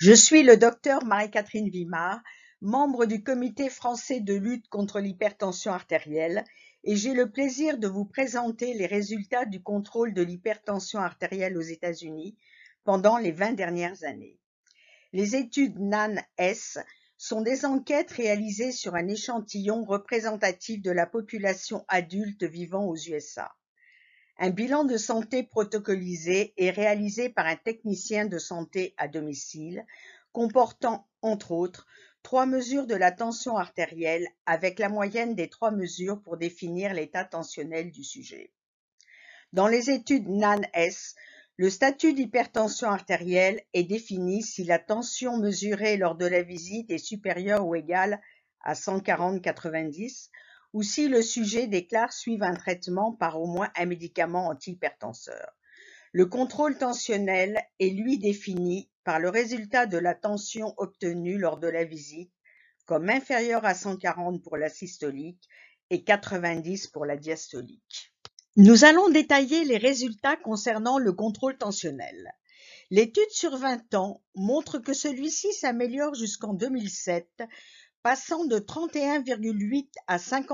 Je suis le docteur Marie-Catherine Vimard, membre du Comité français de lutte contre l'hypertension artérielle, et j'ai le plaisir de vous présenter les résultats du contrôle de l'hypertension artérielle aux États-Unis pendant les 20 dernières années. Les études NAN-S sont des enquêtes réalisées sur un échantillon représentatif de la population adulte vivant aux USA. Un bilan de santé protocolisé est réalisé par un technicien de santé à domicile, comportant, entre autres, 3 mesures de la tension artérielle avec la moyenne des 3 mesures pour définir l'état tensionnel du sujet. Dans les études NAN-S, le statut d'hypertension artérielle est défini si la tension mesurée lors de la visite est supérieure ou égale à 140/90 ou si le sujet déclare suivre un traitement par au moins un médicament antihypertenseur. Le contrôle tensionnel est lui défini par le résultat de la tension obtenue lors de la visite comme inférieur à 140 pour la systolique et 90 pour la diastolique. Nous allons détailler les résultats concernant le contrôle tensionnel. L'étude sur 20 ans montre que celui-ci s'améliore jusqu'en 2007, passant de 31,8 à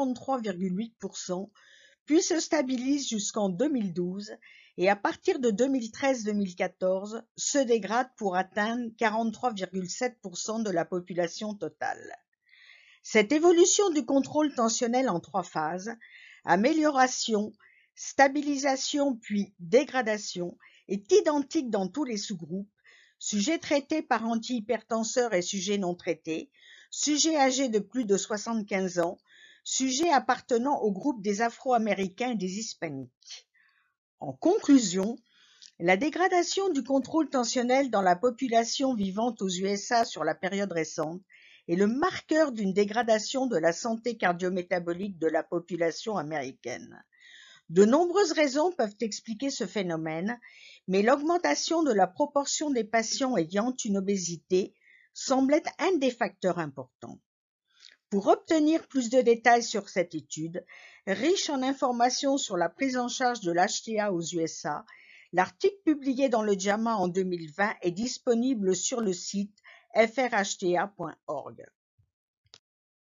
53,8%, puis se stabilise jusqu'en 2012 et à partir de 2013-2014 se dégrade pour atteindre 43,7% de la population totale. Cette évolution du contrôle tensionnel en 3 phases, amélioration, stabilisation puis dégradation, est identique dans tous les sous-groupes, sujets traités par antihypertenseurs et sujets non traités, sujets âgés de plus de 75 ans, sujets appartenant au groupe des Afro-Américains et des Hispaniques. En conclusion, la dégradation du contrôle tensionnel dans la population vivant aux USA sur la période récente est le marqueur d'une dégradation de la santé cardio-métabolique de la population américaine. De nombreuses raisons peuvent expliquer ce phénomène, mais l'augmentation de la proportion des patients ayant une obésité semble être un des facteurs importants. Pour obtenir plus de détails sur cette étude, riche en informations sur la prise en charge de l'HTA aux USA, l'article publié dans le JAMA en 2020 est disponible sur le site frhta.org.